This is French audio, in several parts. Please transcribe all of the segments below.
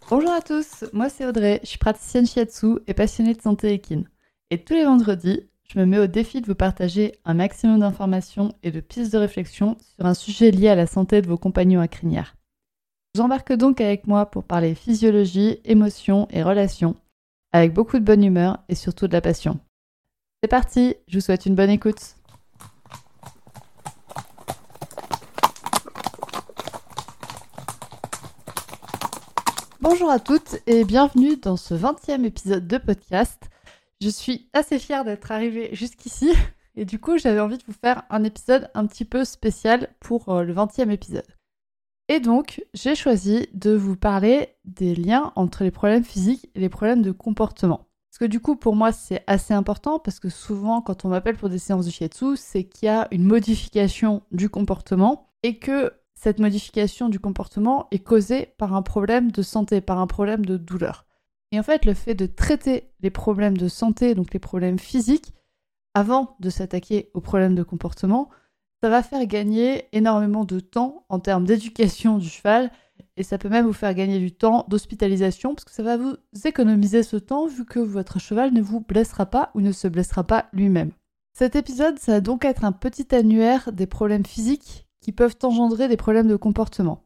Bonjour à tous, moi c'est Audrey, je suis praticienne shiatsu et passionnée de santé équine. Et tous les vendredis, je me mets au défi de vous partager un maximum d'informations et de pistes de réflexion sur un sujet lié à la santé de vos compagnons à crinière. Je vous embarque donc avec moi pour parler physiologie, émotions et relations, avec beaucoup de bonne humeur et surtout de la passion. C'est parti, je vous souhaite une bonne écoute. Bonjour à toutes et bienvenue dans ce 20e épisode de podcast. Je suis assez fière d'être arrivée jusqu'ici et du coup j'avais envie de vous faire un épisode un petit peu spécial pour le 20e épisode. Et donc j'ai choisi de vous parler des liens entre les problèmes physiques et les problèmes de comportement. Parce que du coup pour moi c'est assez important parce que souvent quand on m'appelle pour des séances de shiatsu, c'est qu'il y a une modification du comportement et que cette modification du comportement est causée par un problème de santé, par un problème de douleur. Et en fait, le fait de traiter les problèmes de santé, donc les problèmes physiques, avant de s'attaquer aux problèmes de comportement, ça va faire gagner énormément de temps en termes d'éducation du cheval et ça peut même vous faire gagner du temps d'hospitalisation parce que ça va vous économiser ce temps vu que votre cheval ne vous blessera pas ou ne se blessera pas lui-même. Cet épisode, ça va donc être un petit annuaire des problèmes physiques qui peuvent engendrer des problèmes de comportement.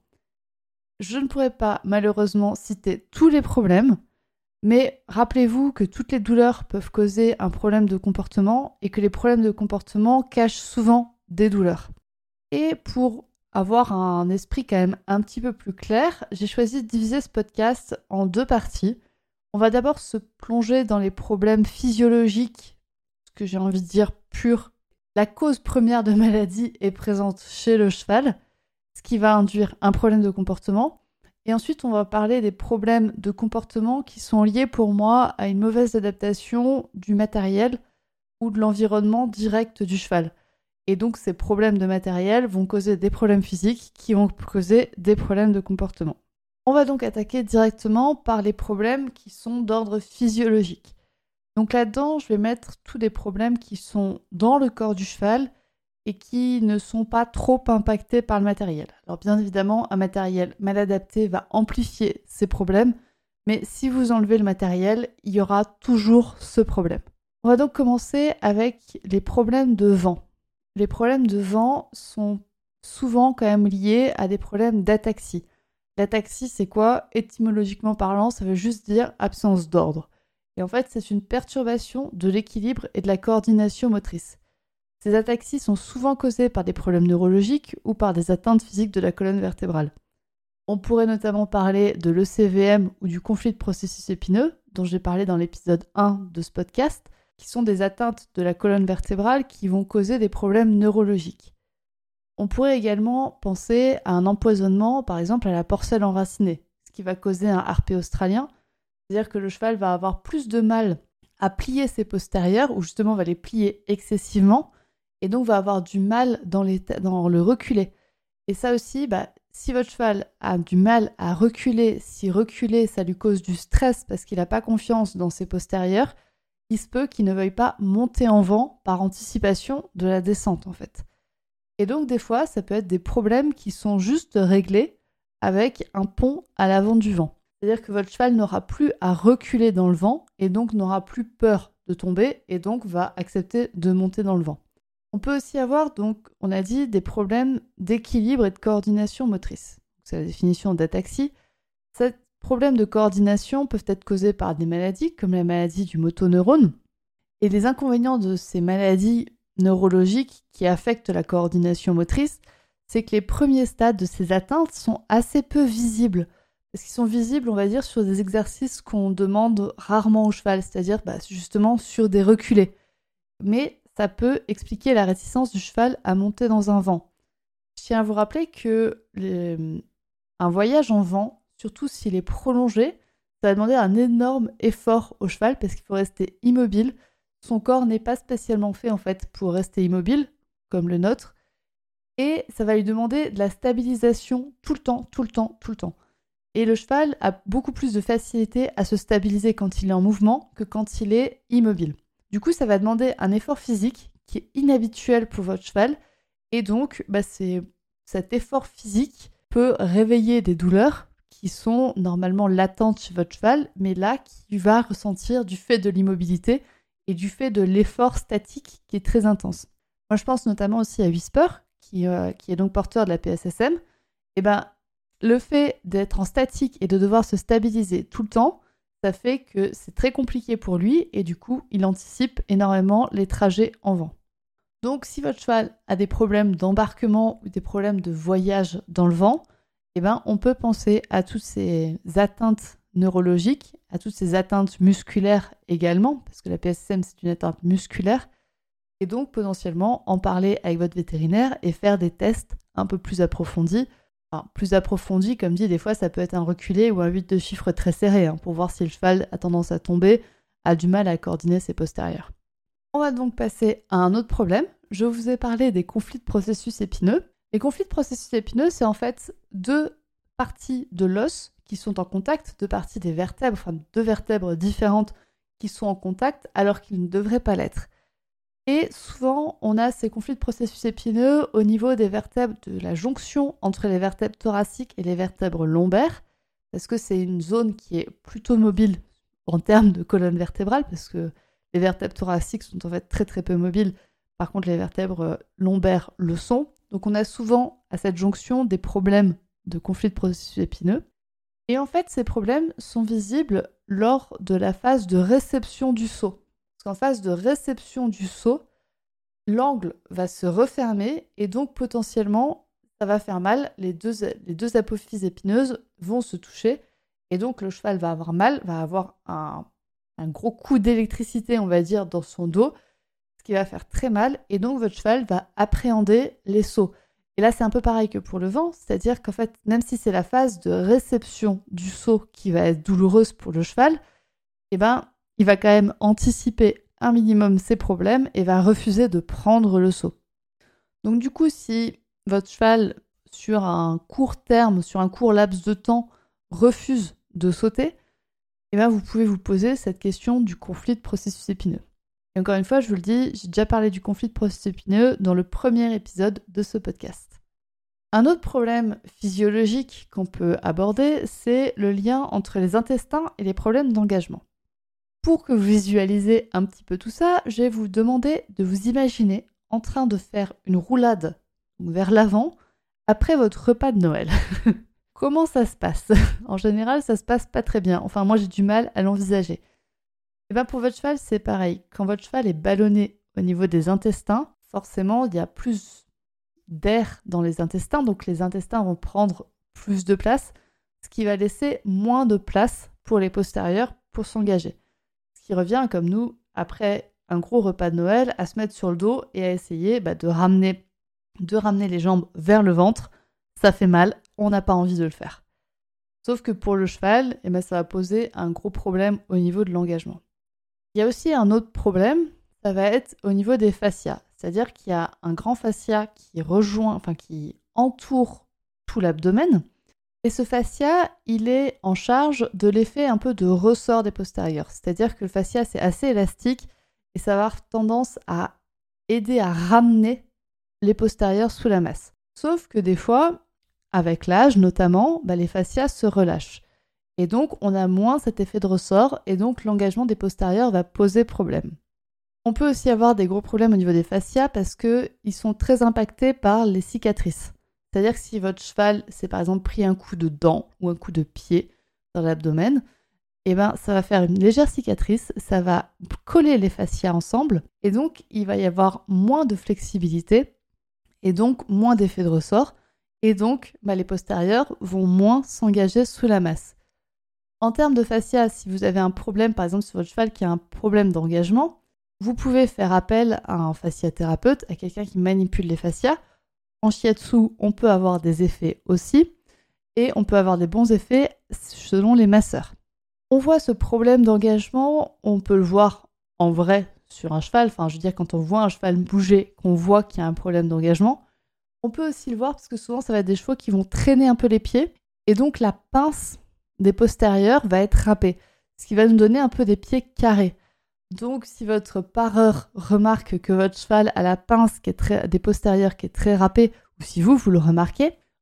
Je ne pourrais pas malheureusement citer tous les problèmes, mais rappelez-vous que toutes les douleurs peuvent causer un problème de comportement et que les problèmes de comportement cachent souvent des douleurs. Et pour avoir un esprit quand même un petit peu plus clair, j'ai choisi de diviser ce podcast en deux parties. On va d'abord se plonger dans les problèmes physiologiques, ce que j'ai envie de dire purs. La cause première de maladie est présente chez le cheval, ce qui va induire un problème de comportement. Et ensuite, on va parler des problèmes de comportement qui sont liés pour moi à une mauvaise adaptation du matériel ou de l'environnement direct du cheval. Et donc, ces problèmes de matériel vont causer des problèmes physiques qui vont causer des problèmes de comportement. On va donc attaquer directement par les problèmes qui sont d'ordre physiologique. Donc là-dedans, je vais mettre tous les problèmes qui sont dans le corps du cheval et qui ne sont pas trop impactés par le matériel. Alors bien évidemment, un matériel mal adapté va amplifier ces problèmes, mais si vous enlevez le matériel, il y aura toujours ce problème. On va donc commencer avec les problèmes de vent. Les problèmes de vent sont souvent quand même liés à des problèmes d'ataxie. L'ataxie, c'est quoi? Étymologiquement parlant, ça veut juste dire absence d'ordre. Et en fait, c'est une perturbation de l'équilibre et de la coordination motrice. Ces ataxies sont souvent causées par des problèmes neurologiques ou par des atteintes physiques de la colonne vertébrale. On pourrait notamment parler de l'ECVM ou du conflit de processus épineux, dont j'ai parlé dans l'épisode 1 de ce podcast, qui sont des atteintes de la colonne vertébrale qui vont causer des problèmes neurologiques. On pourrait également penser à un empoisonnement, par exemple à la porcelle enracinée, ce qui va causer un harpé australien. C'est-à-dire que le cheval va avoir plus de mal à plier ses postérieurs, ou justement va les plier excessivement, et donc va avoir du mal dans le reculer. Et ça aussi, si votre cheval a du mal à reculer, si reculer, ça lui cause du stress parce qu'il n'a pas confiance dans ses postérieurs, il se peut qu'il ne veuille pas monter en vent par anticipation de la descente en fait. Et donc des fois, ça peut être des problèmes qui sont juste réglés avec un pont à l'avant du vent. C'est-à-dire que votre cheval n'aura plus à reculer dans le vent et donc n'aura plus peur de tomber et donc va accepter de monter dans le vent. On peut aussi avoir, donc, on a dit, des problèmes d'équilibre et de coordination motrice. C'est la définition d'ataxie. Ces problèmes de coordination peuvent être causés par des maladies comme la maladie du motoneurone. Et les inconvénients de ces maladies neurologiques qui affectent la coordination motrice, c'est que les premiers stades de ces atteintes sont assez peu visibles. Parce qu'ils sont visibles, on va dire, sur des exercices qu'on demande rarement au cheval, c'est-à-dire justement sur des reculés. Mais ça peut expliquer la réticence du cheval à monter dans un vent. Je tiens à vous rappeler que un voyage en vent, surtout s'il est prolongé, ça va demander un énorme effort au cheval parce qu'il faut rester immobile. Son corps n'est pas spécialement fait en fait pour rester immobile, comme le nôtre, et ça va lui demander de la stabilisation tout le temps. Et le cheval a beaucoup plus de facilité à se stabiliser quand il est en mouvement que quand il est immobile. Du coup, ça va demander un effort physique qui est inhabituel pour votre cheval. Et donc, cet effort physique peut réveiller des douleurs qui sont normalement latentes chez votre cheval, mais là, qui va ressentir du fait de l'immobilité et du fait de l'effort statique qui est très intense. Moi, je pense notamment aussi à Whisper, qui est donc porteur de la PSSM. Et le fait d'être en statique et de devoir se stabiliser tout le temps, ça fait que c'est très compliqué pour lui et du coup, il anticipe énormément les trajets en vent. Donc, si votre cheval a des problèmes d'embarquement ou des problèmes de voyage dans le vent, on peut penser à toutes ces atteintes neurologiques, à toutes ces atteintes musculaires également, parce que la PSSM, c'est une atteinte musculaire, et donc potentiellement en parler avec votre vétérinaire et faire des tests un peu plus approfondis. Enfin, plus approfondis, comme dit, des fois ça peut être un reculé ou un 8 de chiffre très serré, pour voir si le cheval a tendance à tomber, a du mal à coordonner ses postérieurs. On va donc passer à un autre problème. Je vous ai parlé des conflits de processus épineux. Les conflits de processus épineux, c'est en fait deux parties de l'os qui sont en contact, deux parties des vertèbres, enfin deux vertèbres différentes qui sont en contact alors qu'ils ne devraient pas l'être. Et souvent, on a ces conflits de processus épineux au niveau des vertèbres de la jonction entre les vertèbres thoraciques et les vertèbres lombaires, parce que c'est une zone qui est plutôt mobile en termes de colonne vertébrale, parce que les vertèbres thoraciques sont en fait très très peu mobiles, par contre les vertèbres lombaires le sont. Donc on a souvent à cette jonction des problèmes de conflits de processus épineux. Et en fait, ces problèmes sont visibles lors de la phase de réception du saut. Parce qu'en phase de réception du saut, l'angle va se refermer et donc potentiellement, ça va faire mal. Les deux apophyses épineuses vont se toucher et donc le cheval va avoir mal, va avoir un gros coup d'électricité, on va dire, dans son dos, ce qui va faire très mal et donc votre cheval va appréhender les sauts. Et là, c'est un peu pareil que pour le vent, c'est-à-dire qu'en fait, même si c'est la phase de réception du saut qui va être douloureuse pour le cheval, il va quand même anticiper un minimum ses problèmes et va refuser de prendre le saut. Donc du coup, si votre cheval, sur un court terme, sur un court laps de temps, refuse de sauter, vous pouvez vous poser cette question du conflit de processus épineux. Et encore une fois, je vous le dis, j'ai déjà parlé du conflit de processus épineux dans le premier épisode de ce podcast. Un autre problème physiologique qu'on peut aborder, c'est le lien entre les intestins et les problèmes d'engagement. Pour que vous visualisez un petit peu tout ça, je vais vous demander de vous imaginer en train de faire une roulade vers l'avant après votre repas de Noël. Comment ça se passe ? En général, ça se passe pas très bien. Enfin, moi, j'ai du mal à l'envisager. Et pour votre cheval, c'est pareil. Quand votre cheval est ballonné au niveau des intestins, forcément, il y a plus d'air dans les intestins, donc les intestins vont prendre plus de place, ce qui va laisser moins de place pour les postérieurs pour s'engager. Ce qui revient, comme nous, après un gros repas de Noël, à se mettre sur le dos et à essayer de ramener les jambes vers le ventre. Ça fait mal, on n'a pas envie de le faire. Sauf que pour le cheval, ça va poser un gros problème au niveau de l'engagement. Il y a aussi un autre problème, ça va être au niveau des fascias. C'est-à-dire qu'il y a un grand fascia qui entoure tout l'abdomen. Et ce fascia, il est en charge de l'effet un peu de ressort des postérieurs. C'est-à-dire que le fascia, c'est assez élastique et ça va avoir tendance à aider à ramener les postérieurs sous la masse. Sauf que des fois, avec l'âge notamment, les fascias se relâchent. Et donc, on a moins cet effet de ressort et donc l'engagement des postérieurs va poser problème. On peut aussi avoir des gros problèmes au niveau des fascias parce qu'ils sont très impactés par les cicatrices. C'est-à-dire que si votre cheval s'est par exemple pris un coup de dent ou un coup de pied dans l'abdomen, ça va faire une légère cicatrice, ça va coller les fascias ensemble et donc il va y avoir moins de flexibilité et donc moins d'effet de ressort et donc les postérieurs vont moins s'engager sous la masse. En termes de fascia, si vous avez un problème, par exemple sur votre cheval qui a un problème d'engagement, vous pouvez faire appel à un fasciathérapeute, à quelqu'un qui manipule les fascias. En shiatsu, on peut avoir des effets aussi, et on peut avoir des bons effets selon les masseurs. On voit ce problème d'engagement, on peut le voir en vrai sur un cheval, quand on voit un cheval bouger, qu'on voit qu'il y a un problème d'engagement. On peut aussi le voir parce que souvent ça va être des chevaux qui vont traîner un peu les pieds, et donc la pince des postérieurs va être râpée, ce qui va nous donner un peu des pieds carrés. Donc, si votre pareur remarque que votre cheval a la pince des postérieurs qui est très râpée, ou si vous le remarquez,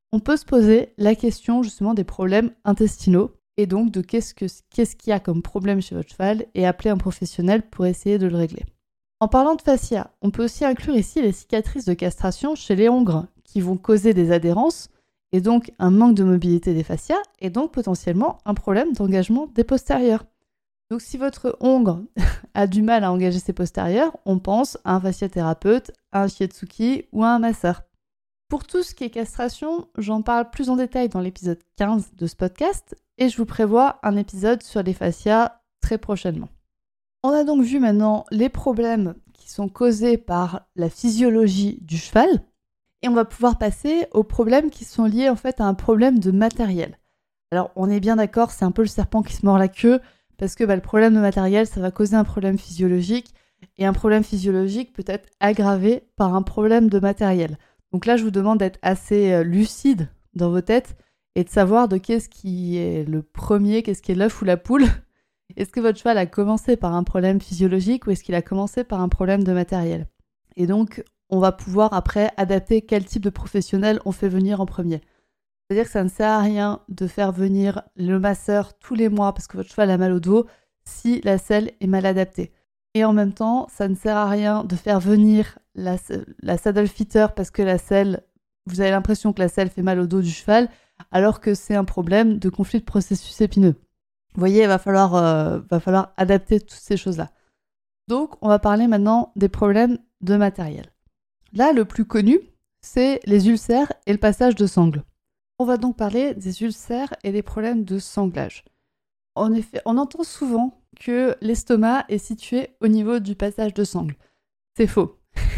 on peut se poser la question justement des problèmes intestinaux et donc de qu'est-ce qu'il y a comme problème chez votre cheval et appeler un professionnel pour essayer de le régler. En parlant de fascia, on peut aussi inclure ici les cicatrices de castration chez les hongres qui vont causer des adhérences et donc un manque de mobilité des fascias et donc potentiellement un problème d'engagement des postérieurs. Donc si votre hongre a du mal à engager ses postérieurs, on pense à un fasciathérapeute, à un shiatsuki ou à un masseur. Pour tout ce qui est castration, j'en parle plus en détail dans l'épisode 15 de ce podcast et je vous prévois un épisode sur les fascias très prochainement. On a donc vu maintenant les problèmes qui sont causés par la physiologie du cheval et on va pouvoir passer aux problèmes qui sont liés en fait à un problème de matériel. Alors on est bien d'accord, c'est un peu le serpent qui se mord la queue parce que le problème de matériel, ça va causer un problème physiologique et un problème physiologique peut être aggravé par un problème de matériel. Donc là, je vous demande d'être assez lucide dans vos têtes et de savoir de qu'est-ce qui est le premier, qu'est-ce qui est l'œuf ou la poule. Est-ce que votre cheval a commencé par un problème physiologique ou est-ce qu'il a commencé par un problème de matériel? Et donc, on va pouvoir après adapter quel type de professionnel on fait venir en premier. C'est-à-dire que ça ne sert à rien de faire venir le masseur tous les mois parce que votre cheval a mal au dos si la selle est mal adaptée. Et en même temps, ça ne sert à rien de faire venir la saddle fitter parce que la selle, vous avez l'impression que la selle fait mal au dos du cheval alors que c'est un problème de conflit de processus épineux. Vous voyez, il va falloir adapter toutes ces choses-là. Donc, on va parler maintenant des problèmes de matériel. Là, le plus connu, c'est les ulcères et le passage de sangle. On va donc parler des ulcères et des problèmes de sanglage. En effet, on entend souvent que l'estomac est situé au niveau du passage de sangle. C'est faux.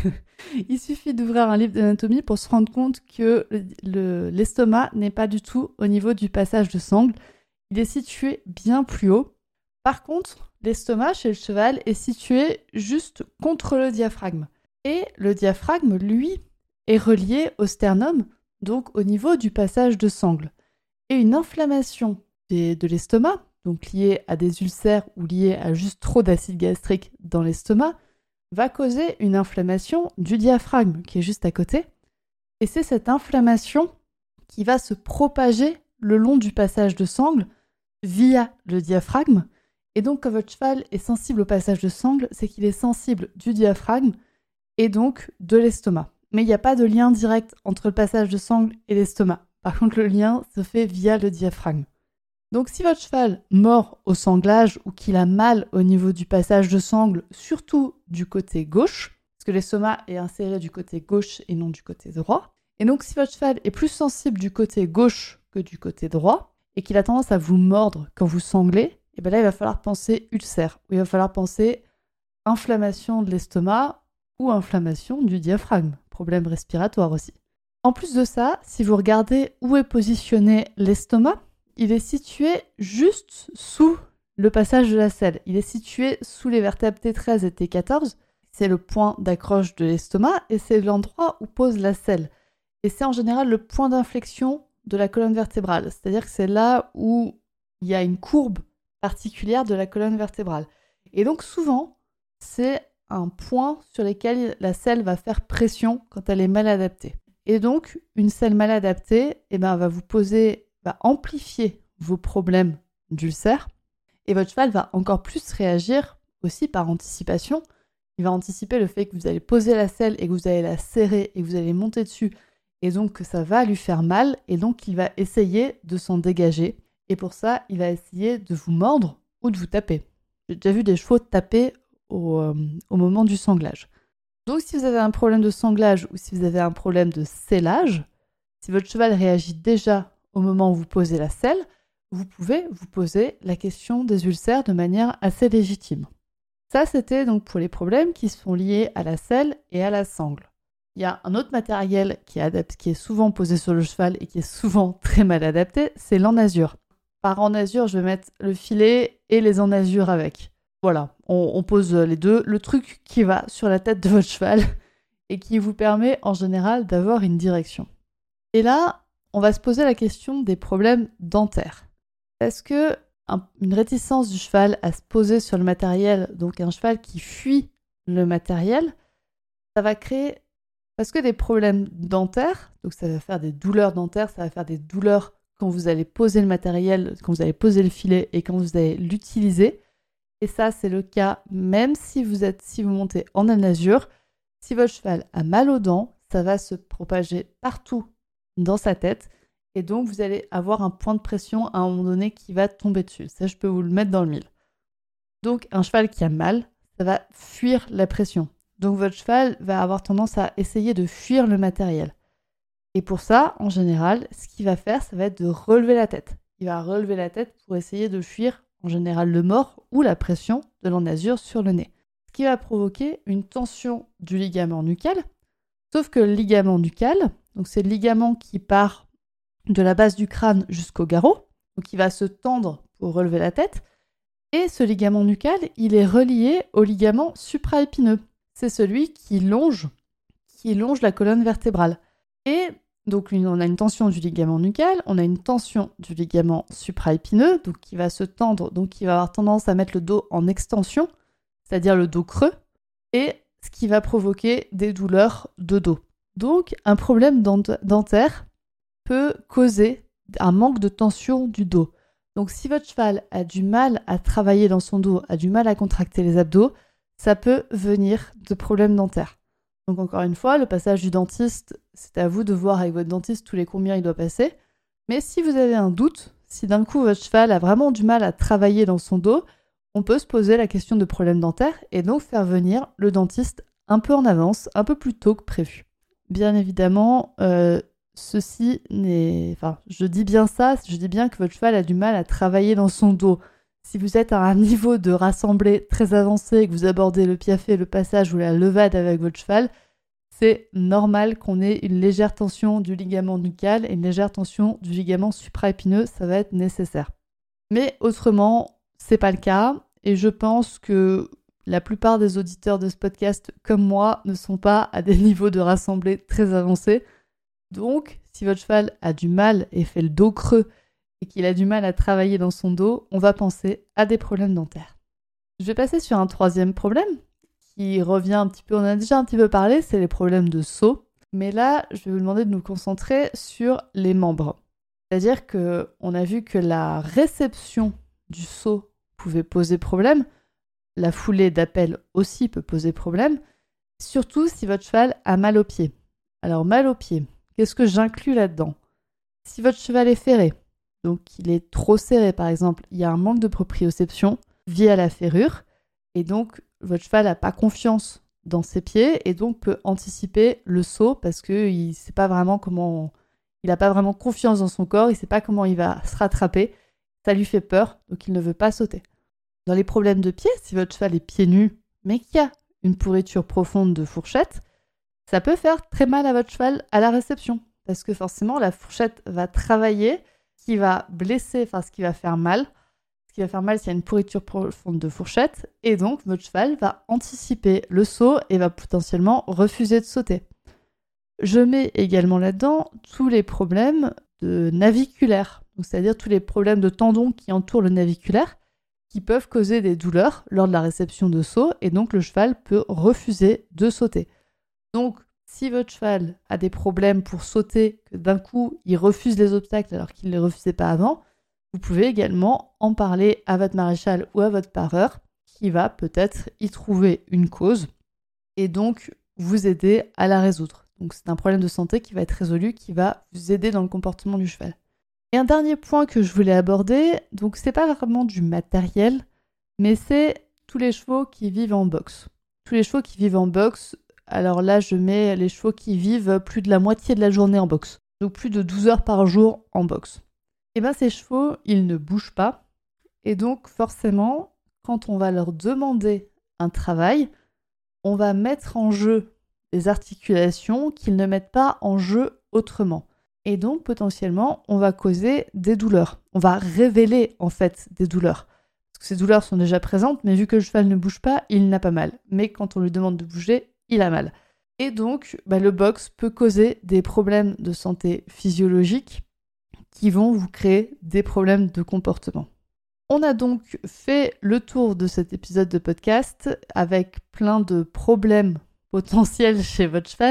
Il suffit d'ouvrir un livre d'anatomie pour se rendre compte que l'estomac n'est pas du tout au niveau du passage de sangle. Il est situé bien plus haut. Par contre, l'estomac chez le cheval est situé juste contre le diaphragme. Et le diaphragme, lui, est relié au sternum, donc au niveau du passage de sangle. Et une inflammation de l'estomac, donc liée à des ulcères ou liée à juste trop d'acide gastrique dans l'estomac, va causer une inflammation du diaphragme qui est juste à côté. Et c'est cette inflammation qui va se propager le long du passage de sangle via le diaphragme. Et donc, quand votre cheval est sensible au passage de sangle, c'est qu'il est sensible du diaphragme et donc de l'estomac. Mais il n'y a pas de lien direct entre le passage de sangle et l'estomac. Par contre, le lien se fait via le diaphragme. Donc, si votre cheval mord au sanglage ou qu'il a mal au niveau du passage de sangle, surtout du côté gauche, parce que l'estomac est inséré du côté gauche et non du côté droit, et donc si votre cheval est plus sensible du côté gauche que du côté droit, et qu'il a tendance à vous mordre quand vous sanglez, et bien là, il va falloir penser ulcère, ou il va falloir penser inflammation de l'estomac ou inflammation du diaphragme, problème respiratoire aussi. En plus de ça, si vous regardez où est positionné l'estomac, il est situé juste sous le passage de la selle. Il est situé sous les vertèbres T13 et T14. C'est le point d'accroche de l'estomac et c'est l'endroit où pose la selle. Et c'est en général le point d'inflexion de la colonne vertébrale. C'est-à-dire que c'est là où il y a une courbe particulière de la colonne vertébrale. Et donc souvent, c'est un point sur lequel la selle va faire pression quand elle est mal adaptée. Et donc, une selle mal adaptée va amplifier vos problèmes d'ulcère et votre cheval va encore plus réagir aussi par anticipation. Il va anticiper le fait que vous allez poser la selle et que vous allez la serrer et que vous allez monter dessus et donc que ça va lui faire mal et donc il va essayer de s'en dégager et pour ça, il va essayer de vous mordre ou de vous taper. J'ai déjà vu des chevaux taper au moment du sanglage. Donc si vous avez un problème de sanglage ou si vous avez un problème de sellage, si votre cheval réagit déjà au moment où vous posez la selle, vous pouvez vous poser la question des ulcères de manière assez légitime. Ça, c'était donc pour les problèmes qui sont liés à la selle et à la sangle. Il y a un autre matériel qui est souvent posé sur le cheval et qui est souvent très mal adapté, c'est l'enasure. Par enasure, je vais mettre le filet et les enasures avec. Voilà, on pose les deux, le truc qui va sur la tête de votre cheval et qui vous permet en général d'avoir une direction. Et là, on va se poser la question des problèmes dentaires. Est-ce que une réticence du cheval à se poser sur le matériel, donc un cheval qui fuit le matériel, ça va Parce que des problèmes dentaires, donc ça va faire des douleurs dentaires, ça va faire des douleurs quand vous allez poser le matériel, quand vous allez poser le filet et quand vous allez l'utiliser. Et ça, c'est le cas même si vous montez en Al-Nasur. Si votre cheval a mal aux dents, ça va se propager partout dans sa tête. Et donc, vous allez avoir un point de pression à un moment donné qui va tomber dessus. Ça, je peux vous le mettre dans le mille. Donc, un cheval qui a mal, ça va fuir la pression. Donc, votre cheval va avoir tendance à essayer de fuir le matériel. Et pour ça, en général, ce qu'il va faire, ça va être de relever la tête. Il va relever la tête pour essayer de fuir, en général, le mort ou la pression de l'enasure sur le nez. Ce qui va provoquer une tension du ligament nucal. Sauf que le ligament nucal, donc c'est le ligament qui part de la base du crâne jusqu'au garrot, donc il va se tendre pour relever la tête. Et ce ligament nucal, il est relié au ligament supraépineux. C'est celui qui longe la colonne vertébrale. Et donc on a une tension du ligament nucal, on a une tension du ligament supraépineux, donc qui va se tendre, donc qui va avoir tendance à mettre le dos en extension, c'est-à-dire le dos creux, et ce qui va provoquer des douleurs de dos. Donc un problème dentaire peut causer un manque de tension du dos. Donc si votre cheval a du mal à travailler dans son dos, a du mal à contracter les abdos, ça peut venir de problèmes dentaires. Donc encore une fois, le passage du dentiste, c'est à vous de voir avec votre dentiste tous les combien il doit passer. Mais si vous avez un doute, si d'un coup votre cheval a vraiment du mal à travailler dans son dos, on peut se poser la question de problème dentaire et donc faire venir le dentiste un peu en avance, un peu plus tôt que prévu. Bien évidemment, je dis bien que votre cheval a du mal à travailler dans son dos. Si vous êtes à un niveau de rassemblé très avancé et que vous abordez le piafé, le passage ou la levade avec votre cheval, c'est normal qu'on ait une légère tension du ligament nucal et une légère tension du ligament supraépineux, ça va être nécessaire. Mais autrement, c'est pas le cas et je pense que la plupart des auditeurs de ce podcast, comme moi, ne sont pas à des niveaux de rassemblé très avancés. Donc, si votre cheval a du mal et fait le dos creux et qu'il a du mal à travailler dans son dos, on va penser à des problèmes dentaires. Je vais passer sur un troisième problème qui revient un petit peu, on en a déjà un petit peu parlé, c'est les problèmes de saut. Mais là, je vais vous demander de nous concentrer sur les membres. C'est-à-dire qu'on a vu que la réception du saut pouvait poser problème, la foulée d'appel aussi peut poser problème, surtout si votre cheval a mal aux pieds. Alors mal aux pieds, qu'est-ce que j'inclus là-dedans ? Si votre cheval est ferré, donc il est trop serré par exemple, il y a un manque de proprioception via la ferrure, et donc votre cheval n'a pas confiance dans ses pieds et donc peut anticiper le saut parce qu'il n'a pas vraiment confiance dans son corps, il ne sait pas comment il va se rattraper, ça lui fait peur, donc il ne veut pas sauter. Dans les problèmes de pieds, si votre cheval est pieds nus, mais qu'il y a une pourriture profonde de fourchette, ça peut faire très mal à votre cheval à la réception, parce que forcément la fourchette va travailler, ce qui va blesser, ce qui va faire mal. Ce qui va faire mal s'il y a une pourriture profonde de fourchette, et donc votre cheval va anticiper le saut et va potentiellement refuser de sauter. Je mets également là-dedans tous les problèmes de naviculaire, donc c'est-à-dire tous les problèmes de tendons qui entourent le naviculaire, qui peuvent causer des douleurs lors de la réception de saut, et donc le cheval peut refuser de sauter. Donc, si votre cheval a des problèmes pour sauter, que d'un coup il refuse les obstacles alors qu'il ne les refusait pas avant, vous pouvez également en parler à votre maréchal ou à votre pareur, qui va peut-être y trouver une cause, et donc vous aider à la résoudre. Donc c'est un problème de santé qui va être résolu, qui va vous aider dans le comportement du cheval. Et un dernier point que je voulais aborder, donc c'est pas vraiment du matériel, mais c'est tous les chevaux qui vivent en boxe. Tous les chevaux qui vivent en boxe, alors là je mets les chevaux qui vivent plus de la moitié de la journée en boxe, donc plus de 12 heures par jour en boxe. Et bien ces chevaux, ils ne bougent pas, et donc forcément, quand on va leur demander un travail, on va mettre en jeu des articulations qu'ils ne mettent pas en jeu autrement. Et donc, potentiellement, on va causer des douleurs. On va révéler, en fait, des douleurs. Parce que ces douleurs sont déjà présentes, mais vu que le cheval ne bouge pas, il n'a pas mal. Mais quand on lui demande de bouger, il a mal. Et donc, le box peut causer des problèmes de santé physiologique qui vont vous créer des problèmes de comportement. On a donc fait le tour de cet épisode de podcast avec plein de problèmes potentiels chez votre cheval.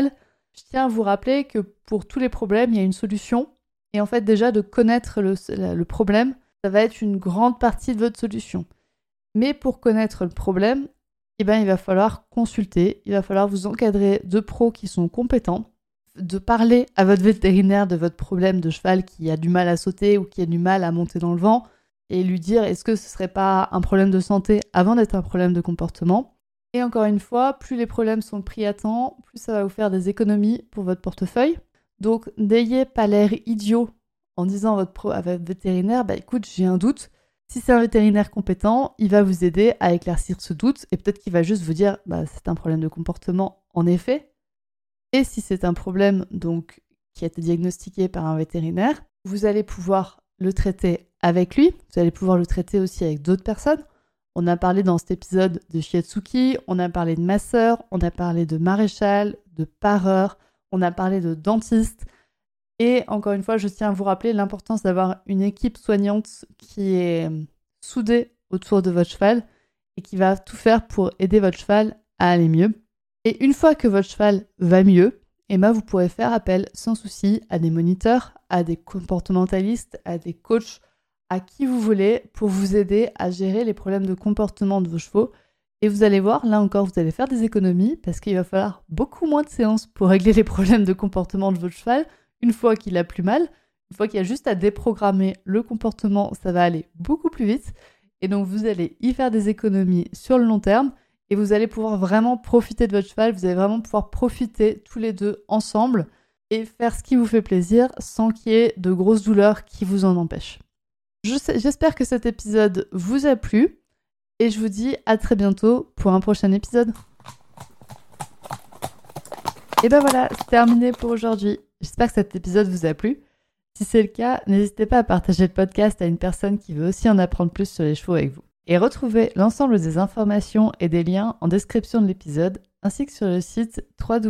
Je tiens à vous rappeler que pour tous les problèmes, il y a une solution. Et en fait, déjà, de connaître le problème, ça va être une grande partie de votre solution. Mais pour connaître le problème, il va falloir consulter, il va falloir vous encadrer de pros qui sont compétents, de parler à votre vétérinaire de votre problème de cheval qui a du mal à sauter ou qui a du mal à monter dans le vent et lui dire est-ce que ce serait pas un problème de santé avant d'être un problème de comportement. Et encore une fois, plus les problèmes sont pris à temps, plus ça va vous faire des économies pour votre portefeuille. Donc n'ayez pas l'air idiot en disant à votre vétérinaire écoute, j'ai un doute. Si c'est un vétérinaire compétent, il va vous aider à éclaircir ce doute et peut-être qu'il va juste vous dire c'est un problème de comportement en effet. Et si c'est un problème donc qui a été diagnostiqué par un vétérinaire, vous allez pouvoir le traiter avec lui, vous allez pouvoir le traiter aussi avec d'autres personnes. On a parlé dans cet épisode de shiatsuki, on a parlé de masseur, on a parlé de maréchal, de pareur, on a parlé de dentiste. Et encore une fois, je tiens à vous rappeler l'importance d'avoir une équipe soignante qui est soudée autour de votre cheval et qui va tout faire pour aider votre cheval à aller mieux. Et une fois que votre cheval va mieux, vous pourrez faire appel sans souci à des moniteurs, à des comportementalistes, à des coachs, à qui vous voulez pour vous aider à gérer les problèmes de comportement de vos chevaux. Et vous allez voir, là encore, vous allez faire des économies parce qu'il va falloir beaucoup moins de séances pour régler les problèmes de comportement de votre cheval. Une fois qu'il a plus mal, une fois qu'il y a juste à déprogrammer le comportement, ça va aller beaucoup plus vite. Et donc, vous allez y faire des économies sur le long terme et vous allez pouvoir vraiment profiter de votre cheval. Vous allez vraiment pouvoir profiter tous les deux ensemble et faire ce qui vous fait plaisir sans qu'il y ait de grosses douleurs qui vous en empêchent. J'espère que cet épisode vous a plu et je vous dis à très bientôt pour un prochain épisode. Et voilà, c'est terminé pour aujourd'hui. J'espère que cet épisode vous a plu. Si c'est le cas, n'hésitez pas à partager le podcast à une personne qui veut aussi en apprendre plus sur les chevaux avec vous. Et retrouvez l'ensemble des informations et des liens en description de l'épisode, ainsi que sur le site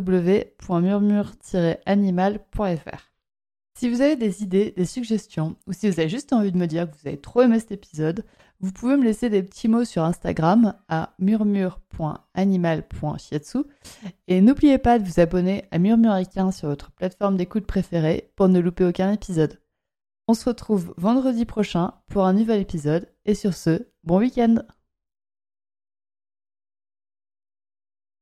www.murmure-animal.fr. Si vous avez des idées, des suggestions, ou si vous avez juste envie de me dire que vous avez trop aimé cet épisode, vous pouvez me laisser des petits mots sur Instagram à murmure.animal.shiatsu et n'oubliez pas de vous abonner à Murmuricain sur votre plateforme d'écoute préférée pour ne louper aucun épisode. On se retrouve vendredi prochain pour un nouvel épisode et sur ce, bon week-end!